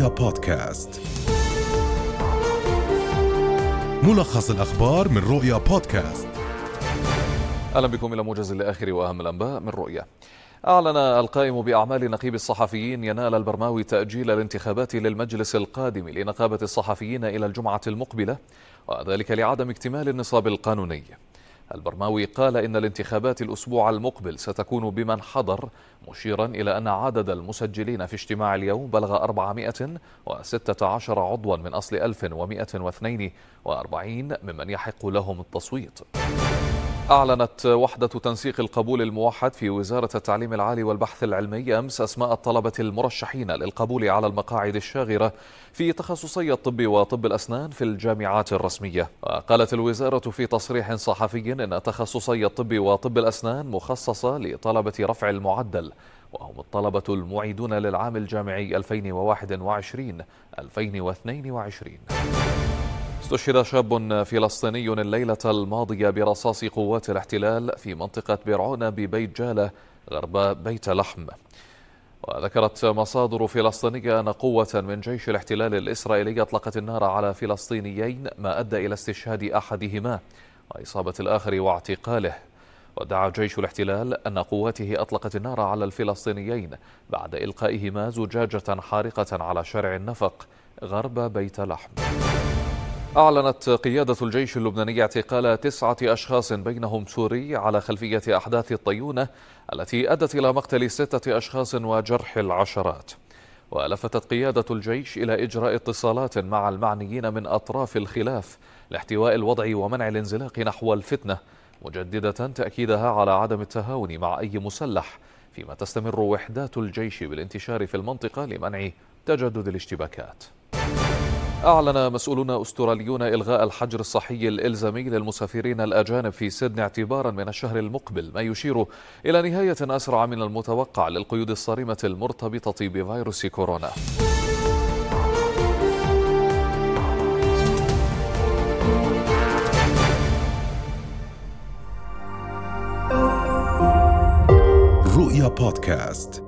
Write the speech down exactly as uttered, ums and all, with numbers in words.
رؤيا بودكاست. ملخص الأخبار من رؤيا بودكاست. أهلا بكم إلى موجز لآخر وأهم الأنباء من رؤيا. أعلن القائم بأعمال نقيب الصحفيين ينال البرماوي تأجيل الانتخابات للمجلس القادم لنقابة الصحفيين إلى الجمعة المقبلة، وذلك لعدم اكتمال النصاب القانوني. البرماوي قال إن الانتخابات الأسبوع المقبل ستكون بمن حضر، مشيرا إلى أن عدد المسجلين في اجتماع اليوم بلغ أربعمائة وستة عشر عضوا من أصل ألف ومائة واثنين وأربعين ممن يحق لهم التصويت. أعلنت وحدة تنسيق القبول الموحد في وزارة التعليم العالي والبحث العلمي أمس أسماء الطلبة المرشحين للقبول على المقاعد الشاغرة في تخصصي الطب وطب الأسنان في الجامعات الرسمية. وقالت الوزارة في تصريح صحفي إن تخصصي الطب وطب الأسنان مخصصة لطلبة رفع المعدل، وهم الطلبة المعيدون للعام الجامعي ألفين وواحد وعشرين ألفين واثنين وعشرين. استشهد شاب فلسطيني الليلة الماضية برصاص قوات الاحتلال في منطقة بيرعون ببيت جالة غرب بيت لحم. وذكرت مصادر فلسطينية أن قوة من جيش الاحتلال الإسرائيلي أطلقت النار على فلسطينيين، ما أدى إلى استشهاد أحدهما وإصابة الآخر واعتقاله. ودعا جيش الاحتلال أن قواته أطلقت النار على الفلسطينيين بعد إلقائهما زجاجة حارقة على شارع النفق غرب بيت لحم. أعلنت قيادة الجيش اللبناني اعتقال تسعة أشخاص بينهم سوري على خلفية أحداث الطيونة التي أدت إلى مقتل ستة أشخاص وجرح العشرات. ولفتت قيادة الجيش إلى إجراء اتصالات مع المعنيين من أطراف الخلاف لاحتواء الوضع ومنع الانزلاق نحو الفتنة، مجددة تأكيدها على عدم التهاون مع أي مسلح، فيما تستمر وحدات الجيش بالانتشار في المنطقة لمنع تجدد الاشتباكات. أعلن مسؤولون أستراليون إلغاء الحجر الصحي الإلزامي للمسافرين الأجانب في سيدني اعتبارا من الشهر المقبل، ما يشير إلى نهاية أسرع من المتوقع للقيود الصارمة المرتبطة بفيروس كورونا. رؤيا بودكاست.